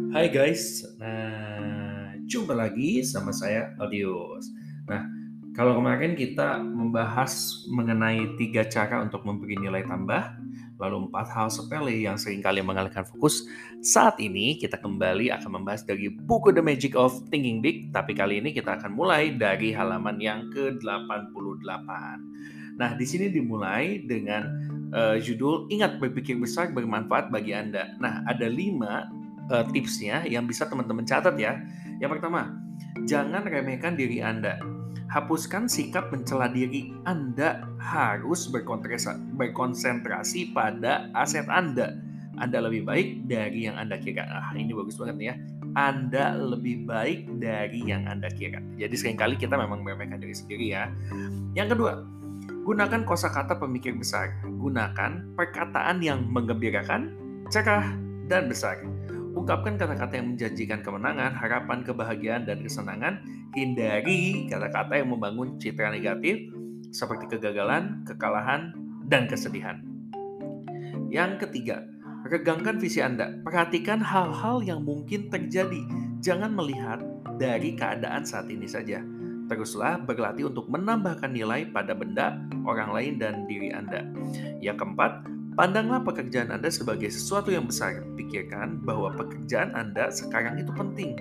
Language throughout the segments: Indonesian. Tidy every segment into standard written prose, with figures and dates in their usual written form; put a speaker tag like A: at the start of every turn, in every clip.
A: Hai guys, jumpa lagi sama saya Aldius. Nah, kalau kemarin kita membahas mengenai 3 cara untuk memberi nilai tambah, lalu 4 hal sepele yang seringkali mengalihkan fokus. Saat ini kita kembali akan membahas dari buku The Magic of Thinking Big, tapi kali ini kita akan mulai dari halaman yang ke-88. Nah, di sini dimulai dengan judul Ingat Berpikir Besar Bermanfaat Bagi Anda. Nah, ada 5 tipsnya yang bisa teman-teman catat ya. Yang pertama, jangan remehkan diri Anda. Hapuskan sikap mencela diri. Anda harus berkonsentrasi pada aset Anda. Anda lebih baik dari yang Anda kira. Ini bagus banget nih ya. Anda lebih baik dari yang Anda kira. Jadi seringkali kita memang meremehkan diri sendiri ya. Yang kedua, gunakan kosakata pemikir besar. Gunakan perkataan yang menggembirakan, cerah, dan besar. Ungkapkan kata-kata yang menjanjikan kemenangan, harapan, kebahagiaan, dan kesenangan. Hindari kata-kata yang membangun citra negatif seperti kegagalan, kekalahan, dan kesedihan. Yang ketiga, regangkan visi Anda. Perhatikan hal-hal yang mungkin terjadi. Jangan melihat dari keadaan saat ini saja. Teruslah berlatih untuk menambahkan nilai pada benda, orang lain, dan diri Anda. Yang keempat, pandanglah pekerjaan Anda sebagai sesuatu yang besar. Pikirkan bahwa pekerjaan Anda sekarang itu penting.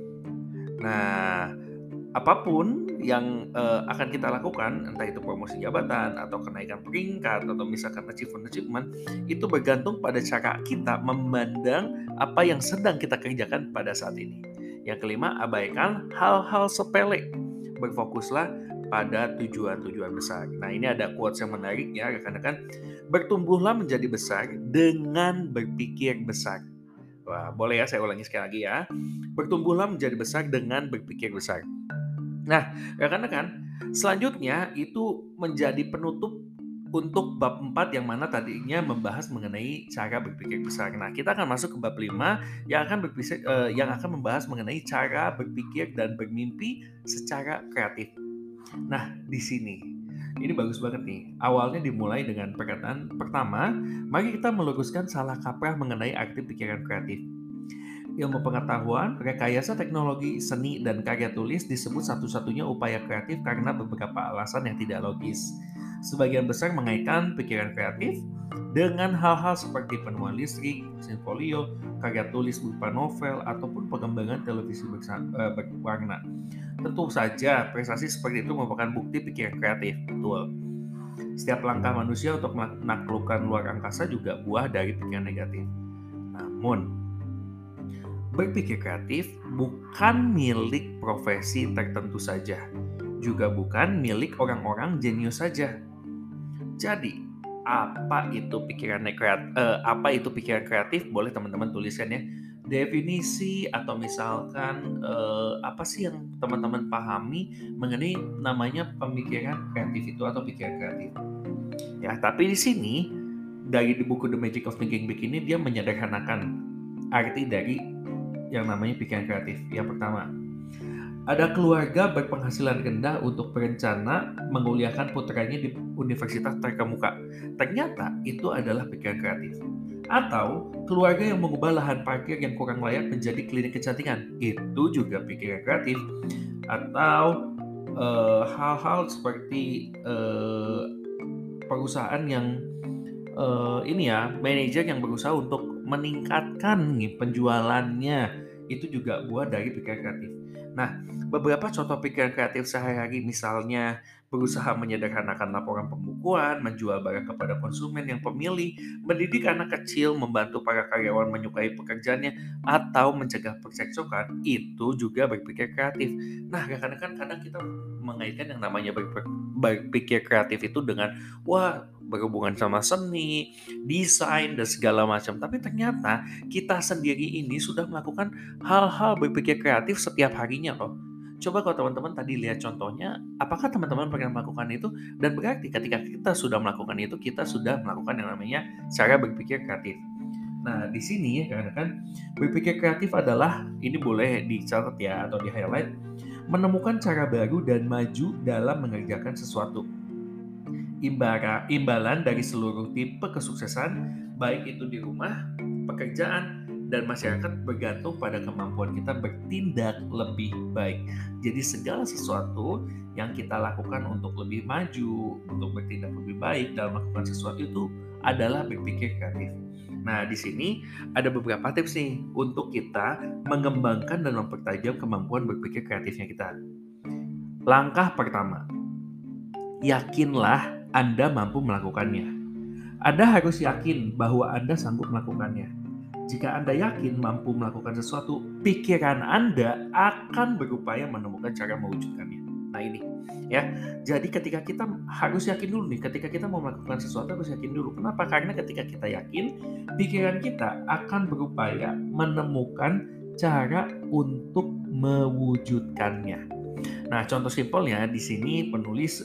A: Nah, apapun yang akan kita lakukan, entah itu promosi jabatan atau kenaikan peringkat atau misalkan achievement, itu bergantung pada cara kita memandang apa yang sedang kita kerjakan pada saat ini. Yang kelima, abaikan hal-hal sepele. Berfokuslah pada tujuan-tujuan besar. Nah, ini ada quotes yang menarik ya, rekan-rekan. Bertumbuhlah menjadi besar dengan berpikir besar. Wah, boleh ya saya ulangi sekali lagi ya. Bertumbuhlah menjadi besar dengan berpikir besar. Nah, rekan-rekan, selanjutnya itu menjadi penutup untuk bab 4 yang mana tadinya membahas mengenai cara berpikir besar. Nah, kita akan masuk ke bab 5 yang akan membahas mengenai cara berpikir dan bermimpi secara kreatif. Nah, di sini ini bagus banget nih. Awalnya dimulai dengan perkataan pertama, mari kita meluruskan salah kaprah mengenai arti pikiran kreatif. Ilmu pengetahuan, rekayasa teknologi, seni, dan karya tulis disebut satu-satunya upaya kreatif karena beberapa alasan yang tidak logis. Sebagian besar mengaitkan pikiran kreatif dengan hal-hal seperti penemuan listrik, mesin folio, karya tulis berupa novel, ataupun pengembangan televisi berwarna. Tentu saja, prestasi seperti itu merupakan bukti pikiran kreatif. Betul. Setiap langkah manusia untuk menaklukkan luar angkasa juga buah dari pikiran negatif. Namun, berpikir kreatif bukan milik profesi tertentu saja, juga bukan milik orang-orang jenius saja. Jadi, apa itu pikiran kreatif? Boleh teman-teman tuliskan ya. Definisi atau misalkan apa sih yang teman-teman pahami mengenai namanya pemikiran kreatif itu atau pikiran kreatif. Ya, tapi di sini dari di buku The Magic of Thinking Big ini dia menyederhanakan arti dari yang namanya pikiran kreatif. Yang pertama, ada keluarga berpenghasilan rendah untuk berencana menguliakan putranya di universitas terkemuka. Ternyata itu adalah pikiran kreatif. Atau keluarga yang mengubah lahan parkir yang kurang layak menjadi klinik kecantikan. Itu juga pikiran kreatif. Atau hal-hal seperti perusahaan yang ini ya, manajer yang berusaha untuk meningkatkan nih penjualannya, itu juga buah dari pikiran kreatif. Nah, beberapa contoh pikiran kreatif sehari-hari misalnya berusaha menyederhanakan laporan pembukuan, menjual barang kepada konsumen yang pemilih, mendidik anak kecil, membantu para karyawan menyukai pekerjaannya, atau mencegah percekcokan, itu juga berpikir kreatif. Nah, kadang-kadang kadang kita mengaitkan yang namanya berpikir kreatif itu dengan wah, berhubungan sama seni, desain, dan segala macam. Tapi ternyata kita sendiri ini sudah melakukan hal-hal berpikir kreatif setiap harinya loh. Coba kalau teman-teman tadi lihat contohnya, apakah teman-teman pernah melakukan itu? Dan berarti ketika kita sudah melakukan itu, kita sudah melakukan yang namanya cara berpikir kreatif. Nah, di sini karena kan berpikir kreatif adalah, ini boleh dicatat ya atau di-highlight, menemukan cara baru dan maju dalam mengerjakan sesuatu. Imbalan dari seluruh tipe kesuksesan, baik itu di rumah, pekerjaan, dan masyarakat bergantung pada kemampuan kita bertindak lebih baik. Jadi segala sesuatu yang kita lakukan untuk lebih maju, untuk bertindak lebih baik dalam melakukan sesuatu itu adalah berpikir kreatif. Nah, di sini ada beberapa tips nih untuk kita mengembangkan dan mempertajam kemampuan berpikir kreatifnya kita. Langkah pertama, yakinlah Anda mampu melakukannya. Anda harus yakin bahwa Anda sanggup melakukannya. Jika Anda yakin mampu melakukan sesuatu, pikiran Anda akan berupaya menemukan cara mewujudkannya. Nah ini, ya. Jadi ketika kita harus yakin dulu nih, ketika kita mau melakukan sesuatu harus yakin dulu. Kenapa? Karena ketika kita yakin, pikiran kita akan berupaya menemukan cara untuk mewujudkannya. Nah, contoh simpelnya di sini penulis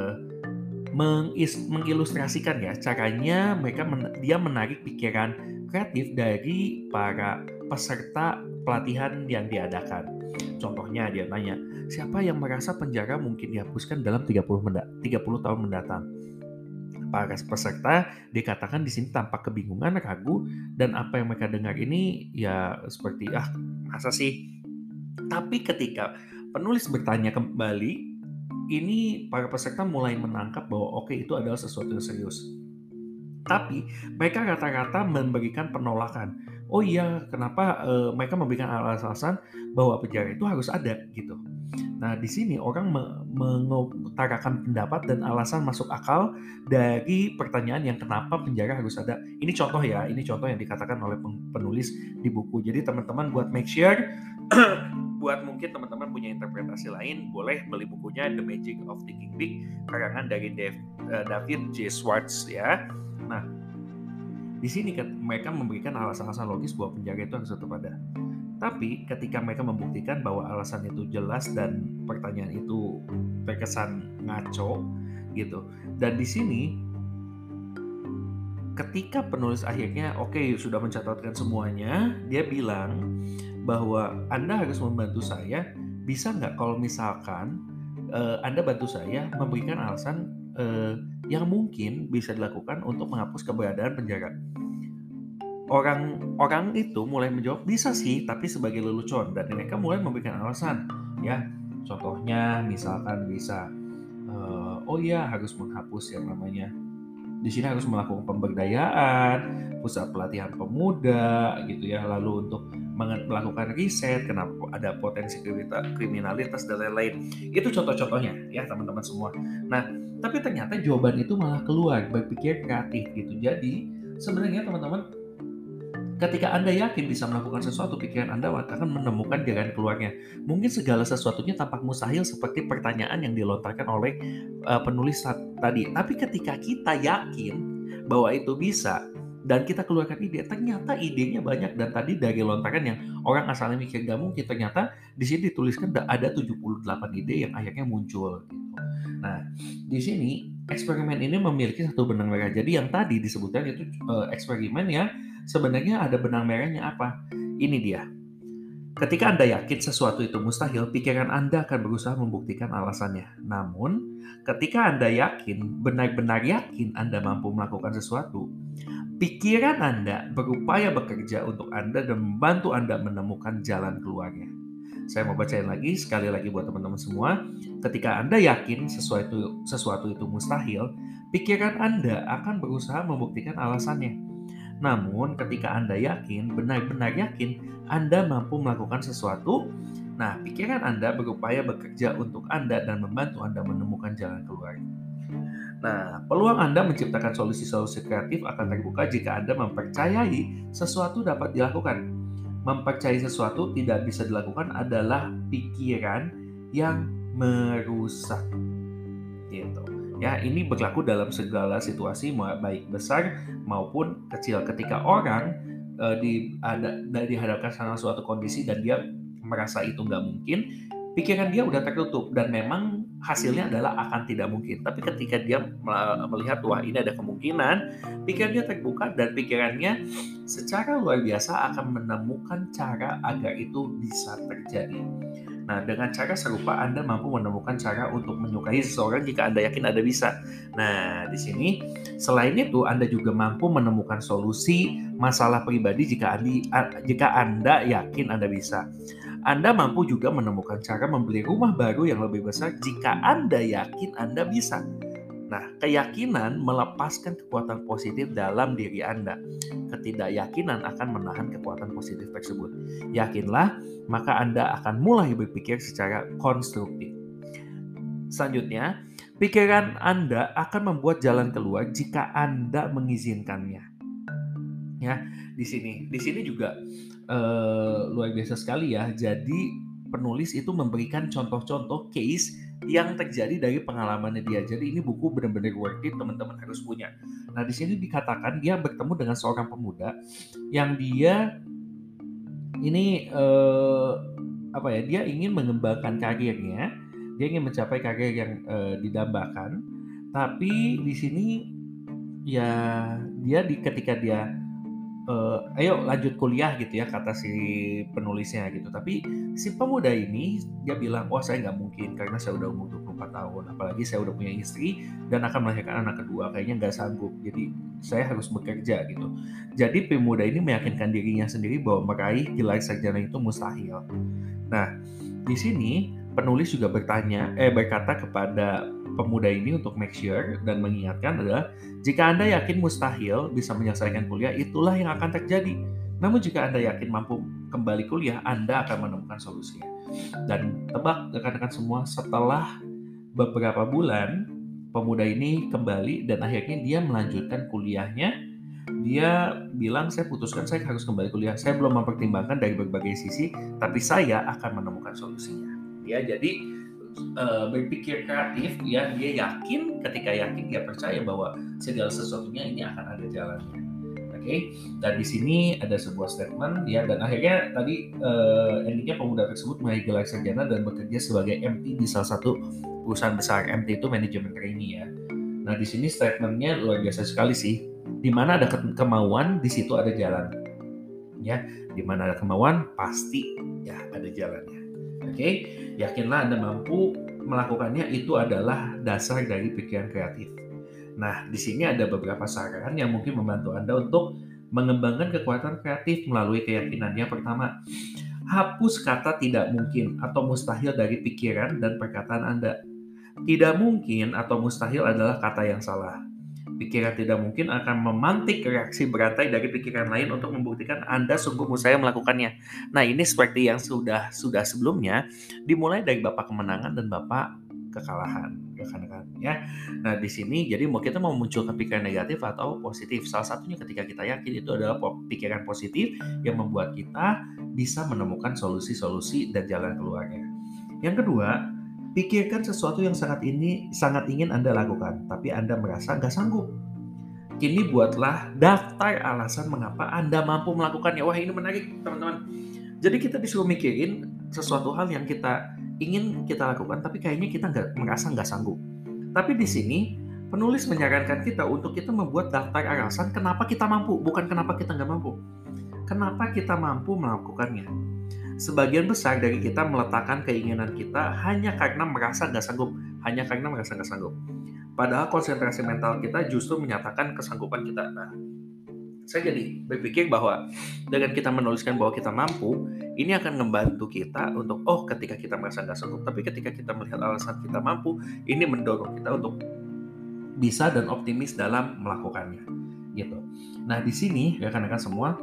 A: mengilustrasikan ya caranya dia menarik pikiran kreatif dari para peserta pelatihan yang diadakan. Contohnya dia nanya, siapa yang merasa penjara mungkin dihapuskan dalam 30 tahun mendatang? Para peserta dikatakan di sini tampak kebingungan, ragu, dan apa yang mereka dengar ini ya seperti masa sih? Tapi ketika penulis bertanya kembali, ini para peserta mulai menangkap bahwa oke, itu adalah sesuatu yang serius. Tapi mereka rata-rata memberikan penolakan. Oh iya, kenapa mereka memberikan alasan bahwa penjara itu harus ada gitu. Nah, di sini orang mengutarakan pendapat dan alasan masuk akal dari pertanyaan yang kenapa penjara harus ada. Ini contoh ya, ini contoh yang dikatakan oleh penulis di buku. Jadi teman-teman buat make sure buat mungkin teman-teman punya interpretasi lain, boleh beli bukunya The Magic of Thinking Big, karangan dari David J. Schwartz ya. Nah, di sini mereka memberikan alasan-alasan logis bahwa penjara itu harus tetap ada. Tapi ketika mereka membuktikan bahwa alasan itu jelas dan pertanyaan itu terkesan ngaco gitu. Dan di sini ketika penulis akhirnya sudah mencatatkan semuanya, dia bilang bahwa Anda harus membantu saya, bisa nggak kalau misalkan Anda bantu saya memberikan alasan yang mungkin bisa dilakukan untuk menghapus keberadaan penjara. Orang itu mulai menjawab, bisa sih, tapi sebagai lelucon, dan mereka mulai memberikan alasan, ya. Contohnya misalkan bisa, harus menghapus yang namanya, di sini harus melakukan pemberdayaan, pusat pelatihan pemuda, gitu ya, lalu untuk melakukan riset, kenapa ada potensi kriminalitas dan lain-lain. Itu contoh-contohnya, ya teman-teman semua. Nah, tapi ternyata jawaban itu malah keluar, berpikir kreatif gitu. Jadi sebenarnya teman-teman, ketika Anda yakin bisa melakukan sesuatu, pikiran Anda akan menemukan jalan keluarnya. Mungkin segala sesuatunya tampak mustahil seperti pertanyaan yang dilontarkan oleh penulis tadi. Tapi ketika kita yakin bahwa itu bisa dan kita keluarkan ide, ternyata idenya banyak. Dan tadi dari lontaran yang orang asalnya mikir nggak mungkin, ternyata di sini dituliskan ada 78 ide yang akhirnya muncul. Gitu. Nah, di sini eksperimen ini memiliki satu benang merah. Jadi yang tadi disebutkan itu eksperimen ya. Sebenarnya ada benang merahnya apa? Ini dia. Ketika Anda yakin sesuatu itu mustahil, pikiran Anda akan berusaha membuktikan alasannya. Namun, ketika Anda yakin, benar-benar yakin Anda mampu melakukan sesuatu, pikiran Anda berupaya bekerja untuk Anda dan membantu Anda menemukan jalan keluarnya. Saya mau bacain lagi, sekali lagi buat teman-teman semua. Ketika Anda yakin sesuatu itu mustahil, pikiran Anda akan berusaha membuktikan alasannya. Namun ketika Anda yakin, benar-benar yakin Anda mampu melakukan sesuatu, nah pikiran Anda berupaya bekerja untuk Anda dan membantu Anda menemukan jalan keluar. Nah, peluang Anda menciptakan solusi-solusi kreatif akan terbuka jika Anda mempercayai sesuatu dapat dilakukan. Mempercayai sesuatu tidak bisa dilakukan adalah pikiran yang merusak. Gitu. Ya, ini berlaku dalam segala situasi, baik besar maupun kecil. Ketika orang dihadapkan sama suatu kondisi dan dia merasa itu nggak mungkin, pikiran dia udah tertutup dan memang hasilnya adalah akan tidak mungkin. Tapi ketika dia melihat wah ini ada kemungkinan, pikirannya terbuka dan pikirannya secara luar biasa akan menemukan cara agar itu bisa terjadi. Nah, dengan cara serupa Anda mampu menemukan cara untuk menyukai seseorang jika Anda yakin Anda bisa. Nah, di sini selain itu Anda juga mampu menemukan solusi masalah pribadi jika Anda yakin Anda bisa. Anda mampu juga menemukan cara membeli rumah baru yang lebih besar jika Anda yakin Anda bisa. Nah, keyakinan melepaskan kekuatan positif dalam diri Anda. Ketidakyakinan akan menahan kekuatan positif tersebut. Yakinlah, maka Anda akan mulai berpikir secara konstruktif. Selanjutnya, pikiran Anda akan membuat jalan keluar jika Anda mengizinkannya. Ya, di sini juga luar biasa sekali ya. Jadi penulis itu memberikan contoh-contoh case yang terjadi dari pengalamannya dia. Jadi ini buku benar-benar worth it, teman-teman harus punya. Nah, di sini dikatakan dia bertemu dengan seorang pemuda yang dia ini apa ya? Dia ingin mengembangkan karirnya, dia ingin mencapai karir yang didambakan. Tapi di sini ya ketika dia ayo lanjut kuliah gitu ya kata si penulisnya gitu. Tapi si pemuda ini dia bilang, wah saya nggak mungkin karena saya udah umur 24 tahun. Apalagi saya udah punya istri dan akan melahirkan anak kedua. Kayaknya nggak sanggup. Jadi saya harus bekerja gitu. Jadi pemuda ini meyakinkan dirinya sendiri bahwa meraih gelar sarjana itu mustahil. Nah, di sini penulis juga berkata kepada pemuda ini untuk make sure dan mengingatkan adalah jika Anda yakin mustahil bisa menyelesaikan kuliah, itulah yang akan terjadi. Namun jika Anda yakin mampu kembali kuliah, Anda akan menemukan solusinya. Dan tebak rekan-rekan semua, setelah beberapa bulan, pemuda ini kembali dan akhirnya dia melanjutkan kuliahnya. Dia bilang, saya putuskan saya harus kembali kuliah. Saya belum mempertimbangkan dari berbagai sisi, tapi saya akan menemukan solusinya. Ya, jadi berpikir kreatif, ya dia yakin, ketika yakin dia percaya bahwa segala sesuatunya ini akan ada jalannya. Oke, dan di sini ada sebuah statement ya, dan akhirnya tadi endingnya pemuda tersebut meraih gelar sarjana dan bekerja sebagai MT di salah satu perusahaan besar. MT itu manajemen trainee ya. Nah, di sini statementnya luar biasa sekali sih. Di mana ada kemauan, di situ ada jalan. Ya, di mana ada kemauan pasti ya ada jalannya. Oke, yakinlah Anda mampu melakukannya, itu adalah dasar dari pikiran kreatif. Nah, di sini ada beberapa saran yang mungkin membantu Anda untuk mengembangkan kekuatan kreatif melalui keyakinannya. Pertama, hapus kata tidak mungkin atau mustahil dari pikiran dan perkataan Anda. Tidak mungkin atau mustahil adalah kata yang salah. Pikiran tidak mungkin akan memantik reaksi berantai dari pikiran lain untuk membuktikan Anda sungguh berusaha melakukannya. Nah, ini seperti yang sudah sebelumnya, dimulai dari Bapak kemenangan dan Bapak kekalahan, rekan-rekan ya. Nah, di sini jadi kita mau memunculkan pikiran negatif atau positif. Salah satunya ketika kita yakin itu adalah pikiran positif yang membuat kita bisa menemukan solusi-solusi dan jalan keluarnya. Yang kedua, pikirkan sesuatu yang sangat ingin Anda lakukan, tapi Anda merasa nggak sanggup. Kini buatlah daftar alasan mengapa Anda mampu melakukannya. Wah, ini menarik, teman-teman. Jadi kita disuruh mikirin sesuatu hal yang kita ingin kita lakukan, tapi kayaknya kita merasa nggak sanggup. Tapi di sini penulis menyarankan kita untuk kita membuat daftar alasan kenapa kita mampu, bukan kenapa kita nggak mampu. Kenapa kita mampu melakukannya? Sebagian besar dari kita meletakkan keinginan kita hanya karena merasa nggak sanggup. Padahal konsentrasi mental kita justru menyatakan kesanggupan kita. Nah, saya jadi berpikir bahwa dengan kita menuliskan bahwa kita mampu, ini akan membantu kita untuk, ketika kita merasa nggak sanggup, tapi ketika kita melihat alasan kita mampu, ini mendorong kita untuk bisa dan optimis dalam melakukannya. Gitu. Nah, di sini rekan-rekan semua,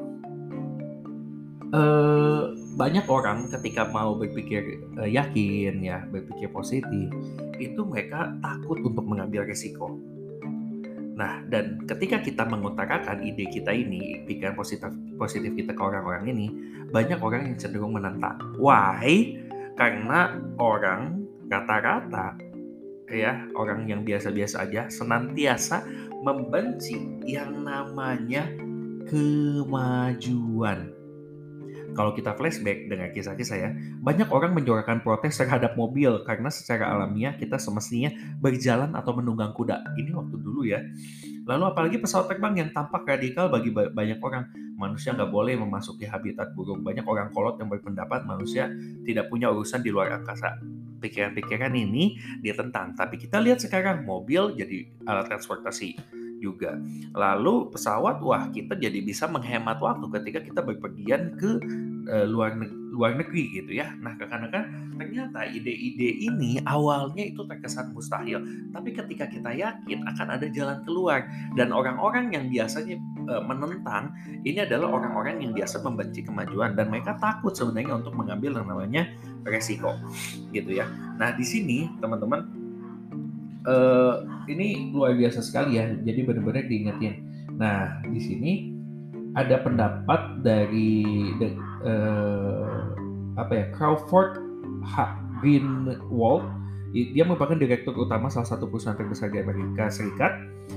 A: banyak orang ketika mau berpikir yakin ya, berpikir positif, itu mereka takut untuk mengambil risiko. Nah, dan ketika kita mengutarakan ide kita ini, pikiran positif kita ke orang-orang ini, banyak orang yang cenderung menentang. Why? Karena orang rata-rata ya, orang yang biasa-biasa aja senantiasa membenci yang namanya kemajuan. Kalau kita flashback dengan kisah-kisah ya, banyak orang menyuarakan protes terhadap mobil karena secara alamiah kita semestinya berjalan atau menunggang kuda. Ini waktu dulu ya. Lalu apalagi pesawat terbang yang tampak radikal bagi banyak orang. Manusia nggak boleh memasuki habitat burung. Banyak orang kolot yang berpendapat manusia tidak punya urusan di luar angkasa. Pikiran-pikiran ini ditentang. Tapi kita lihat sekarang mobil jadi alat transportasi juga. Lalu pesawat, wah kita jadi bisa menghemat waktu ketika kita berpergian ke luar negeri gitu ya. Nah kadang-kadang ternyata ide-ide ini awalnya itu terkesan mustahil, tapi ketika kita yakin akan ada jalan keluar, dan orang-orang yang biasanya menentang ini adalah orang-orang yang biasa membenci kemajuan dan mereka takut sebenarnya untuk mengambil yang namanya resiko gitu ya. Nah di sini teman-teman ini luar biasa sekali ya, jadi benar-benar diingetin. Nah di sini ada pendapat dari Crawford Greenwald. Dia merupakan direktur utama salah satu perusahaan terbesar di Amerika Serikat.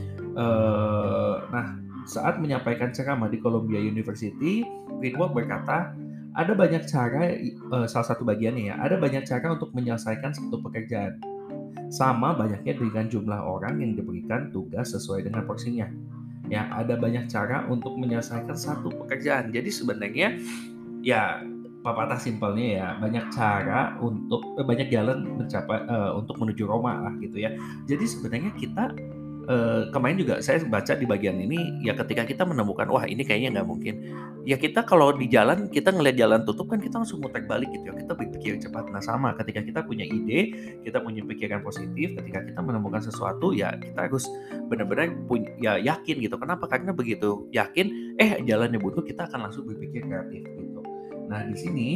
A: Nah, saat menyampaikan ceramah di Columbia University, Greenwald berkata, ada banyak cara, salah satu bagiannya ya, ada banyak cara untuk menyelesaikan satu pekerjaan. Sama banyaknya dengan jumlah orang yang diberikan tugas sesuai dengan porsinya. Ya, ada banyak cara untuk menyelesaikan satu pekerjaan. Jadi sebenarnya ya pepatah simpelnya ya banyak cara untuk banyak jalan untuk menuju Roma lah gitu ya. Jadi sebenarnya kita kemarin juga saya baca di bagian ini ya, ketika kita menemukan wah ini kayaknya nggak mungkin, ya kita kalau di jalan kita ngelihat jalan tutup kan kita langsung muter balik gitu ya, kita berpikir cepat. Nah sama ketika kita punya ide, kita punya pikiran positif, ketika kita menemukan sesuatu ya kita harus benar-benar punya ya yakin gitu. Kenapa? Karena begitu yakin jalannya buntu, kita akan langsung berpikir kreatif gitu. Nah di sini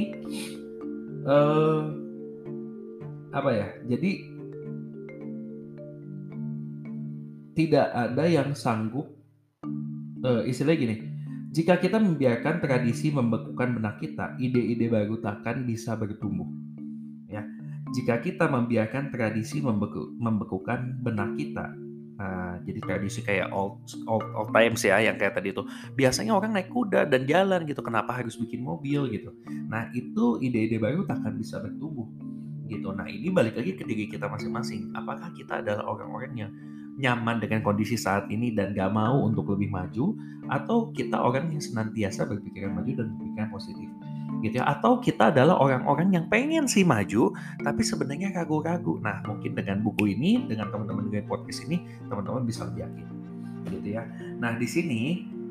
A: jadi tidak ada yang sanggup, istilahnya gini, jika kita membiarkan tradisi membekukan benak kita, ide-ide baru takkan bisa bertumbuh. Ya, jika kita membiarkan tradisi membekukan benak kita, jadi tradisi kayak old times ya, yang kayak tadi itu, biasanya orang naik kuda dan jalan gitu, kenapa harus bikin mobil gitu. Nah itu ide-ide baru takkan bisa bertumbuh gitu. Nah ini balik lagi ke diri kita masing-masing. Apakah kita adalah orang-orang yang nyaman dengan kondisi saat ini dan gak mau untuk lebih maju, atau kita orang yang senantiasa berpikiran maju dan berpikiran positif gitu ya, atau kita adalah orang-orang yang pengen sih maju tapi sebenarnya ragu-ragu. Nah mungkin dengan buku ini, dengan teman-teman dengan podcast ini, teman-teman bisa lebih yakin gitu ya. Nah di sini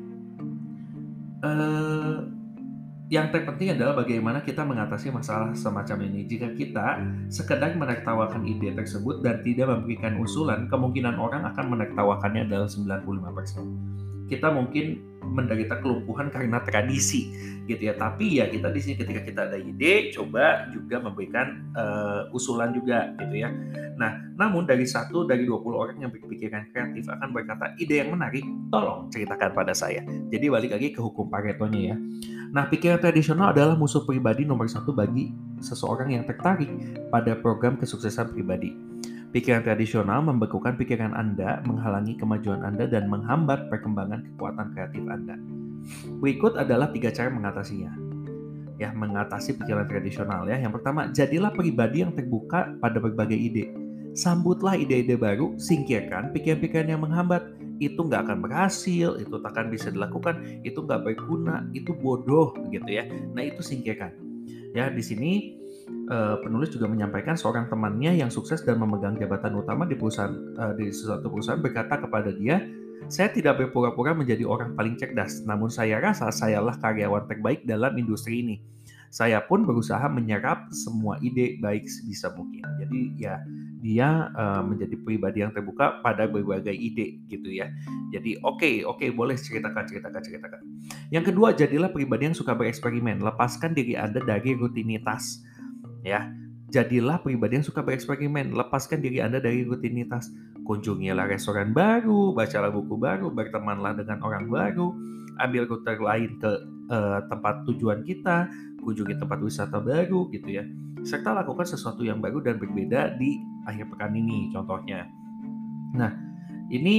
A: yang terpenting adalah bagaimana kita mengatasi masalah semacam ini. Jika kita sekedar menertawakan ide tersebut dan tidak memberikan usulan, kemungkinan orang akan menertawakannya adalah 95%. Kita mungkin menderita kelumpuhan karena tradisi gitu ya. Tapi ya kita di sini ketika kita ada ide, coba juga memberikan usulan juga gitu ya. Nah, namun dari 1 dari 20 orang yang berpikiran kreatif akan berkata, ide yang menarik, tolong ceritakan pada saya. Jadi balik lagi ke hukum Paretonya ya. Nah, pikiran tradisional adalah musuh pribadi nomor 1 bagi seseorang yang tertarik pada program kesuksesan pribadi. Pikiran tradisional membekukan pikiran Anda, menghalangi kemajuan Anda, dan menghambat perkembangan kekuatan kreatif Anda. Berikut adalah 3 cara mengatasinya. Ya, mengatasi pikiran tradisional ya. Yang pertama, jadilah pribadi yang terbuka pada berbagai ide. Sambutlah ide-ide baru, singkirkan pikiran-pikiran yang menghambat. Itu nggak akan berhasil, itu tak akan bisa dilakukan, itu nggak berguna, itu bodoh gitu ya. Nah itu singkirkan. Ya di sini penulis juga menyampaikan seorang temannya yang sukses dan memegang jabatan utama di suatu perusahaan berkata kepada dia, saya tidak berpura-pura menjadi orang paling cerdas, namun saya rasa sayalah karyawan terbaik dalam industri ini. Saya pun berusaha menyerap semua ide baik sebisa mungkin. Jadi ya dia menjadi pribadi yang terbuka pada berbagai ide gitu ya. Jadi oke, boleh ceritakan. Yang kedua, jadilah pribadi yang suka bereksperimen. Lepaskan diri Anda dari rutinitas. Ya, jadilah pribadi yang suka bereksperimen. Lepaskan diri Anda dari rutinitas. Kunjungilah restoran baru, bacalah buku baru, bertemanlah dengan orang baru, ambil rute lain ke tempat tujuan kita, kunjungi tempat wisata baru gitu ya. Serta lakukan sesuatu yang baru dan berbeda di akhir pekan ini contohnya. Nah, ini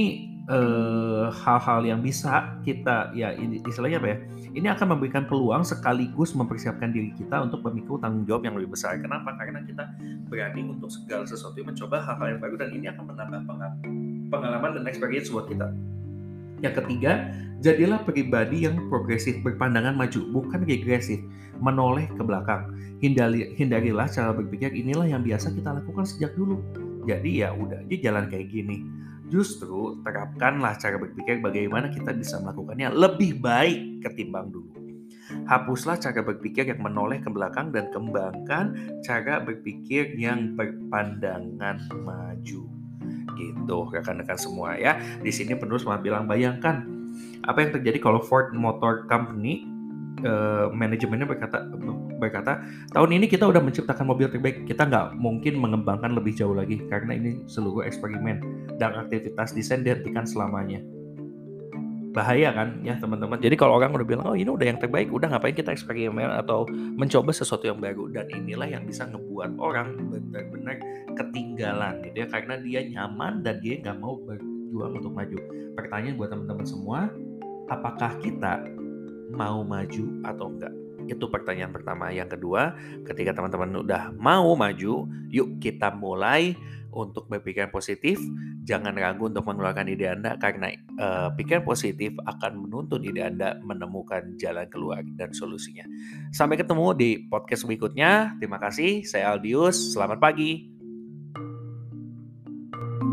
A: hal-hal yang bisa kita ya ini istilahnya apa ya? Ini akan memberikan peluang sekaligus mempersiapkan diri kita untuk memikul tanggung jawab yang lebih besar. Kenapa? Karena kita berani untuk segala sesuatu mencoba hal-hal yang baru dan ini akan menambah pengalaman dan experience buat kita. Yang ketiga, jadilah pribadi yang progresif, berpandangan maju, bukan regresif, menoleh ke belakang. Hindarilah cara berpikir inilah yang biasa kita lakukan sejak dulu. Jadi ya udah aja jalan kayak gini. Justru terapkanlah cara berpikir bagaimana kita bisa melakukannya lebih baik ketimbang dulu. Hapuslah cara berpikir yang menoleh ke belakang dan kembangkan cara berpikir yang berpandangan maju. Gitu, rekan-rekan semua ya. Di sini penulis malah bilang, bayangkan apa yang terjadi kalau Ford Motor Company manajemennya berkata tahun ini kita udah menciptakan mobil terbaik, kita nggak mungkin mengembangkan lebih jauh lagi karena ini seluruh eksperimen dan aktivitas desain dihentikan selamanya. Bahaya kan ya teman-teman. Jadi kalau orang udah bilang, oh ini udah yang terbaik, udah ngapain kita eksperimen atau mencoba sesuatu yang baru. Dan inilah yang bisa ngebuat orang benar-benar ketinggalan gitu ya, karena dia nyaman dan dia nggak mau berjuang untuk maju. Pertanyaan buat teman-teman semua, apakah kita mau maju atau enggak? Itu pertanyaan pertama. Yang kedua, ketika teman-teman udah mau maju, yuk kita mulai untuk berpikiran positif. Jangan ragu untuk mengeluarkan ide Anda karena pikiran positif akan menuntun ide Anda menemukan jalan keluar dan solusinya. Sampai ketemu di podcast berikutnya. Terima kasih. Saya Aldius. Selamat pagi.